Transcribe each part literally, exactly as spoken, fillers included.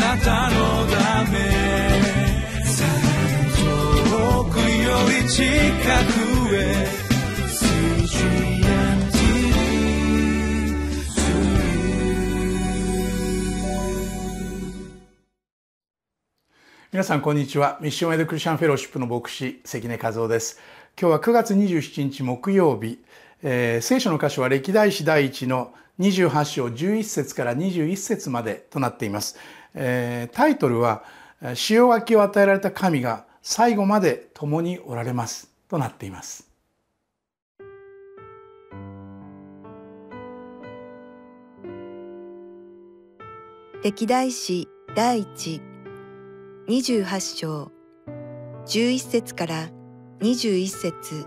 なたのため遠くより近くへ皆さんこんにちは。ミッションエイドクリスチャンフェローシップの牧師関根和夫です。今日はくがつにじゅうしちにち木曜日、えー、聖書の箇所は歴代史第一のにじゅうはち章じゅういち節からにじゅういち節までとなっています。えー、タイトルは塩書きを与えられた神が最後まで共におられますとなっています。 歴代史第一にじゅうはち章じゅういち節からにじゅういち節。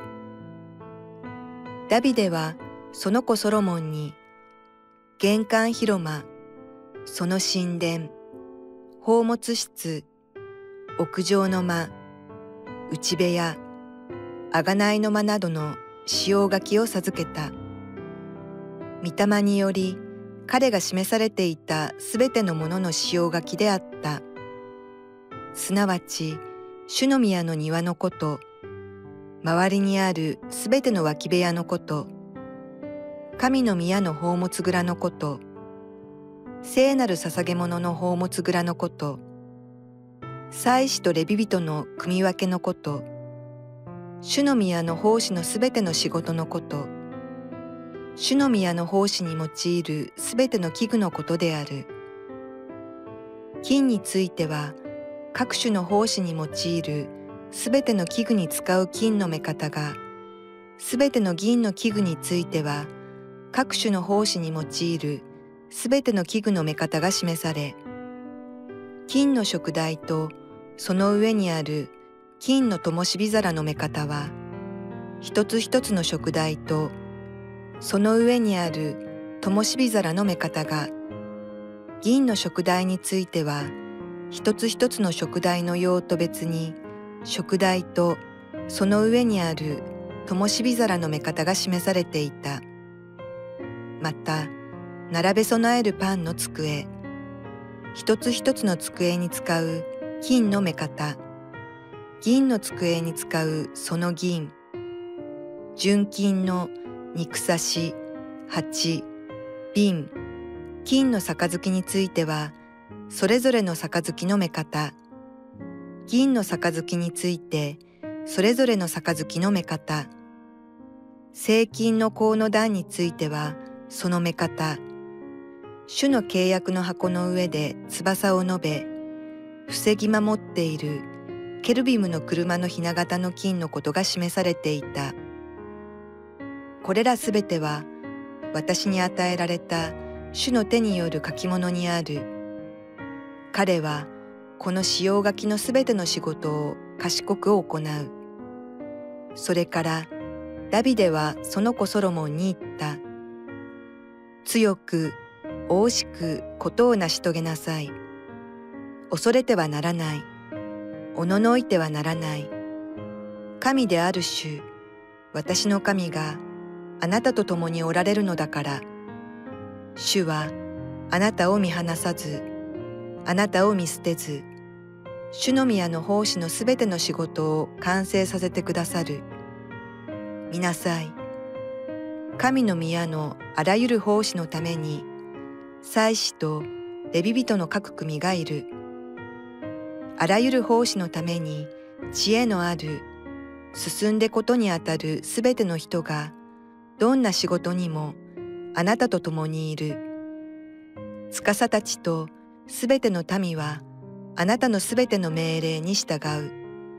ダビデはその子ソロモンに玄関広間、その神殿、宝物室、屋上の間、内部屋、贖いの間などの使用書きを授けた。御霊により彼が示されていたすべてのものの使用書きであった。すなわち主の宮の庭のこと、周りにあるすべての脇部屋のこと、神の宮の宝物蔵のこと、聖なる捧げ物の宝物蔵のこと、祭司とレビ人の組み分けのこと、主の宮の奉仕のすべての仕事のこと、主の宮の奉仕に用いるすべての器具のことである。金については、各種の奉仕に用いるすべての器具に使う金の目方が、すべての銀の器具については、各種の奉仕に用いるすべての器具の目方が示され、金の燭台とその上にある金の灯火皿の目方は、一つ一つの燭台とその上にある灯火皿の目方が、銀の燭台については、一つ一つの燭台の用途別に、燭台とその上にある灯火皿の目方が示されていた。また、並べ備えるパンの机、一つ一つの机に使う金の目方、銀の机に使うその銀、純金の肉刺し、鉢、瓶、金の杯については、それぞれの杯の目方、銀の杯についてそれぞれの杯の目方、精金の香の壇についてはその目方、主の契約の箱の上で翼を述べ、防ぎ守っているケルビムの車のひな形の金のことが示されていた。これらすべては私に与えられた主の手による書き物にある。彼はこの使用書きのすべての仕事を賢く行う。それからダビデはその子ソロモンに言った。強く、大しくことを成し遂げなさい。恐れてはならない。おののいてはならない。神である主、私の神があなたと共におられるのだから。主はあなたを見放さず、あなたを見捨てず、主の宮の奉仕のすべての仕事を完成させてくださる。見なさい。神の宮のあらゆる奉仕のために、祭司とレビ人の各組がいる。あらゆる奉仕のために知恵のある、進んでことにあたるすべての人が、どんな仕事にもあなたと共にいる。司たちとすべての民はあなたのすべての命令に従う。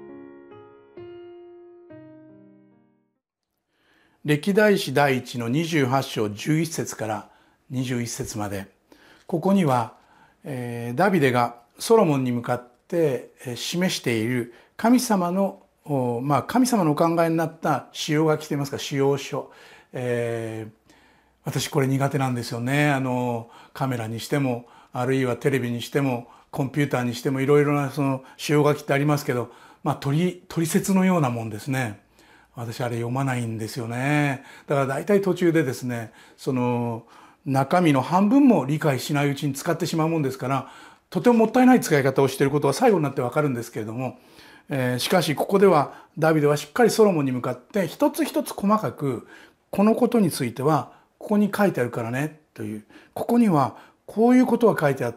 歴代史第一のにじゅうはち章じゅういち節からにじゅういち節まで、ここには、えー、ダビデがソロモンに向かって示している神様の、まあ、神様のお考えになった仕様書きといいますか、仕様書、えー、私これ苦手なんですよね。あのカメラにしても、あるいはテレビにしても、コンピューターにしても、いろいろなその仕様書きってありますけど、まあ取取説のようなもんですね。私あれ読まないんですよね。だから大体途中でですね、その中身の半分も理解しないうちに使ってしまうもんですから、 とてももったいない使い方をしていることは最後になってわかるんですけれども、えー、しかしここではダビデはしっかりソロモンに向かって一つ一つ細かく、このことについてはここに書いてあるからねという、ここにはこういうことが書いてあって、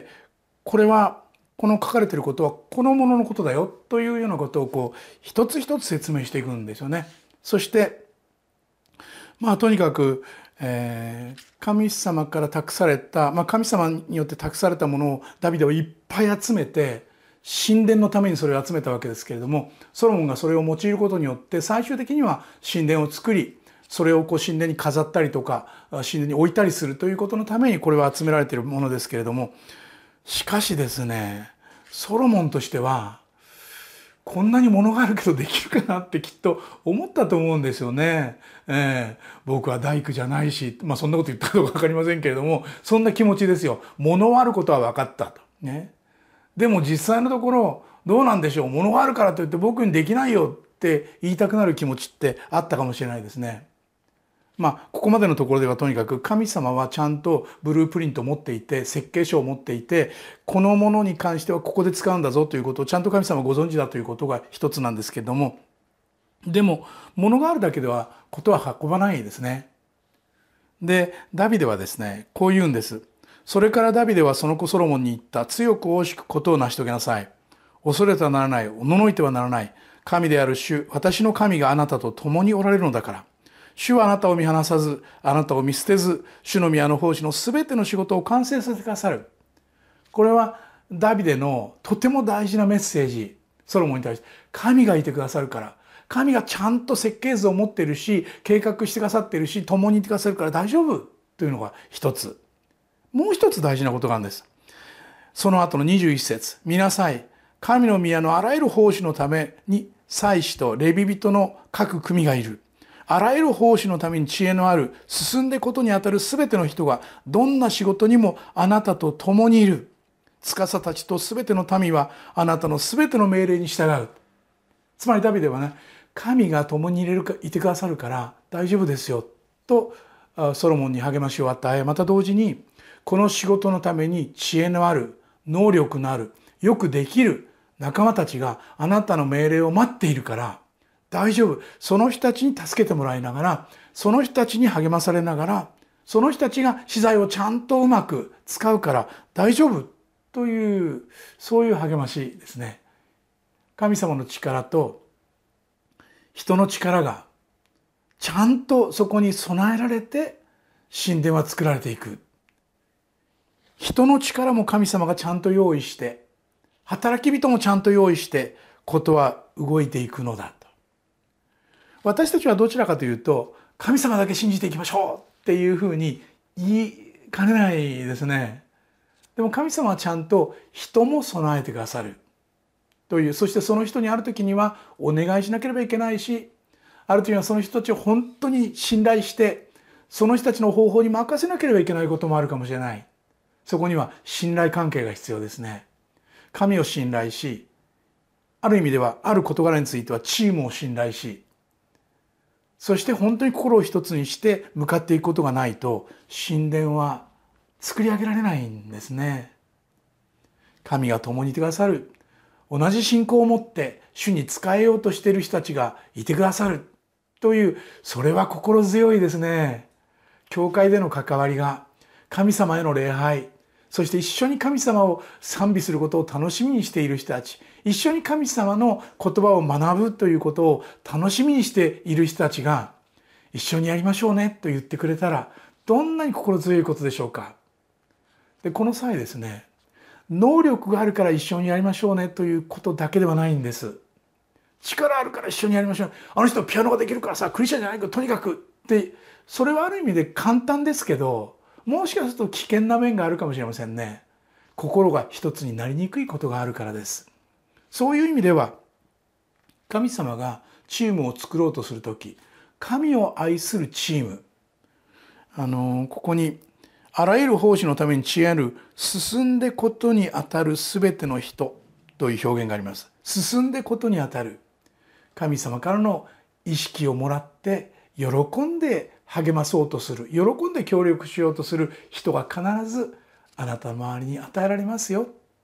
これはこの書かれていることはこのもののことだよというようなことをこう一つ一つ説明していくんですよね。そしてまあとにかく、えー、神様から託された、まあ、神様によって託されたものをダビデはいっぱい集めて、神殿のためにそれを集めたわけですけれども、ソロモンがそれを用いることによって最終的には神殿を作り、それをこう神殿に飾ったりとか神殿に置いたりするということのためにこれは集められているものですけれども、しかしですね、ソロモンとしてはこんなに物があるけどできるかなってきっと思ったと思うんですよね。えー、僕は大工じゃないし、まあそんなこと言ったかどうか分かりませんけれども、そんな気持ちですよ。物はあることは分かったと。ね。でも実際のところどうなんでしょう。物があるからといって僕にできないよって言いたくなる気持ちってあったかもしれないですね。まあここまでのところではとにかく神様はちゃんとブループリントを持っていて、設計書を持っていて、このものに関してはここで使うんだぞということをちゃんと神様はご存知だということが一つなんですけれども、でも物があるだけではことは運ばないですね。でダビデはですね、こう言うんです。それからダビデはその子ソロモンに言った。強く大しくことを成し遂げなさい。恐れてはならない。おののいてはならない。神である主、私の神があなたと共におられるのだから。主はあなたを見放さず、あなたを見捨てず、主の宮の奉仕のすべての仕事を完成させてくださる。これはダビデのとても大事なメッセージ。ソロモンに対して、神がいてくださるから。神がちゃんと設計図を持っているし、計画してくださっているし、共にいてくださるから大丈夫というのが一つ。もう一つ大事なことがあるんです。その後のにじゅういっ節。見なさい。神の宮のあらゆる奉仕のために祭司とレビ人の各組がいる。あらゆる奉仕のために知恵のある、進んでことにあたるすべての人が、どんな仕事にもあなたと共にいる。司たちとすべての民は、あなたのすべての命令に従う。つまりダビデはね、神が共にいれるか、いてくださるから大丈夫ですよ、とソロモンに励ましを与え、また同時に、この仕事のために知恵のある、能力のある、よくできる仲間たちがあなたの命令を待っているから、大丈夫。その人たちに助けてもらいながら、その人たちに励まされながら、その人たちが資材をちゃんとうまく使うから大丈夫という、そういう励ましですね。神様の力と人の力がちゃんとそこに備えられて神殿は作られていく。人の力も神様がちゃんと用意して、働き人もちゃんと用意して、ことは動いていくのだ。私たちはどちらかというと、神様だけ信じていきましょうっていうふうに言いかねないですね。でも神様はちゃんと人も備えてくださるという、そしてその人にある時にはお願いしなければいけないし、ある時にはその人たちを本当に信頼して、その人たちの方法に任せなければいけないこともあるかもしれない。そこには信頼関係が必要ですね。神を信頼し、ある意味ではある事柄についてはチームを信頼し、そして本当に心を一つにして向かっていくことがないと、神殿は作り上げられないんですね。神が共にいてくださる。同じ信仰を持って主に仕えようとしている人たちがいてくださるという、それは心強いですね。教会での関わりが、神様への礼拝、そして一緒に神様を賛美することを楽しみにしている人たち、一緒に神様の言葉を学ぶということを楽しみにしている人たちが、一緒にやりましょうねと言ってくれたら、どんなに心強いことでしょうか。で、この際ですね、能力があるから一緒にやりましょうねということだけではないんです。力あるから一緒にやりましょう。あの人ピアノができるからさ、クリスチャンじゃないけどとにかくって、それはある意味で簡単ですけど、もしかすると危険な面があるかもしれませんね。心が一つになりにくいことがあるからです。そういう意味では、神様がチームを作ろうとするとき、神を愛するチーム、あのここにあらゆる奉仕のために知恵ある、進んでことにあたるすべての人という表現があります。進んでことにあたる、神様からの意識をもらって喜んで励まそうとする、喜んで協力しようとする人が必ずあなたの周りに与えられますよ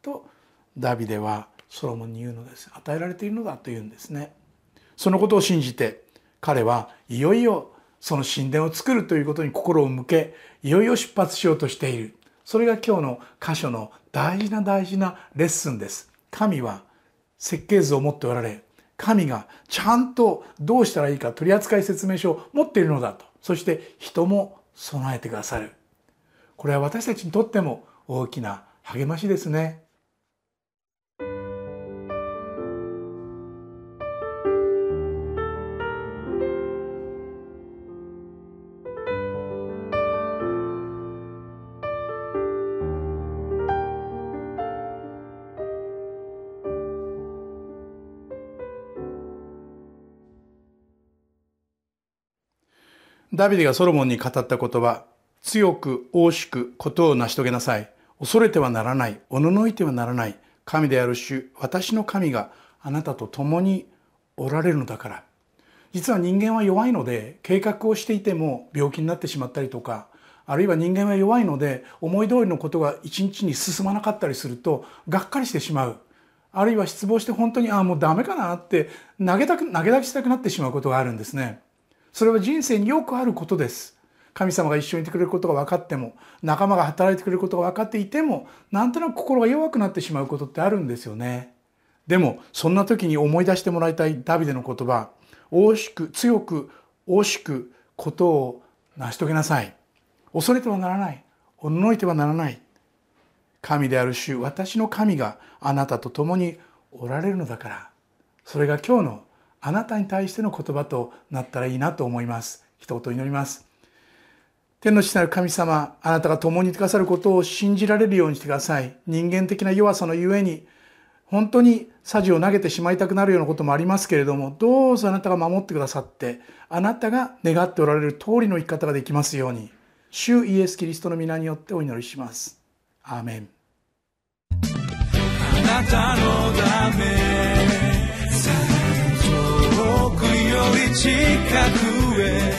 とダビデはソロモンに言うのです。与えられているのだというんですね。そのことを信じて彼はいよいよその神殿を作るということに心を向け、いよいよ出発しようとしている。それが今日の箇所の大事な大事なレッスンです。神は設計図を持っておられ、神がちゃんとどうしたらいいか取扱説明書を持っているのだと。そして人も備えてくださる。これは私たちにとっても大きな励ましですね。ダビデがソロモンに語った言葉、強く大しくことを成し遂げなさい。恐れてはならない。おののいてはならない。神である主、私の神があなたと共におられるのだから。実は人間は弱いので、計画をしていても病気になってしまったりとか、あるいは人間は弱いので、思い通りのことが一日に進まなかったりすると、がっかりしてしまう。あるいは失望して本当に、ああ、もうダメかなって投げたく、投げ出したくなってしまうことがあるんですね。それは人生によくあることです。神様が一緒にいてくれることが分かっても、仲間が働いてくれることが分かっていても、なんとなく心が弱くなってしまうことってあるんですよね。でもそんな時に思い出してもらいたいダビデの言葉、大しく強く大しくことを成し遂げなさい。恐れてはならない。おののいてはならない。神である主、私の神があなたと共におられるのだから。それが今日のあなたに対しての言葉となったらいいなと思います。一言祈ります。天の父なる神様、あなたが共にいてくださることを信じられるようにしてください。人間的な弱さのゆえに、本当に匙を投げてしまいたくなるようなこともありますけれども、どうぞあなたが守ってくださって、あなたが願っておられる通りの生き方ができますように、主イエス・キリストの皆によってお祈りします。アーメン。 あなたのため遠くより近くへ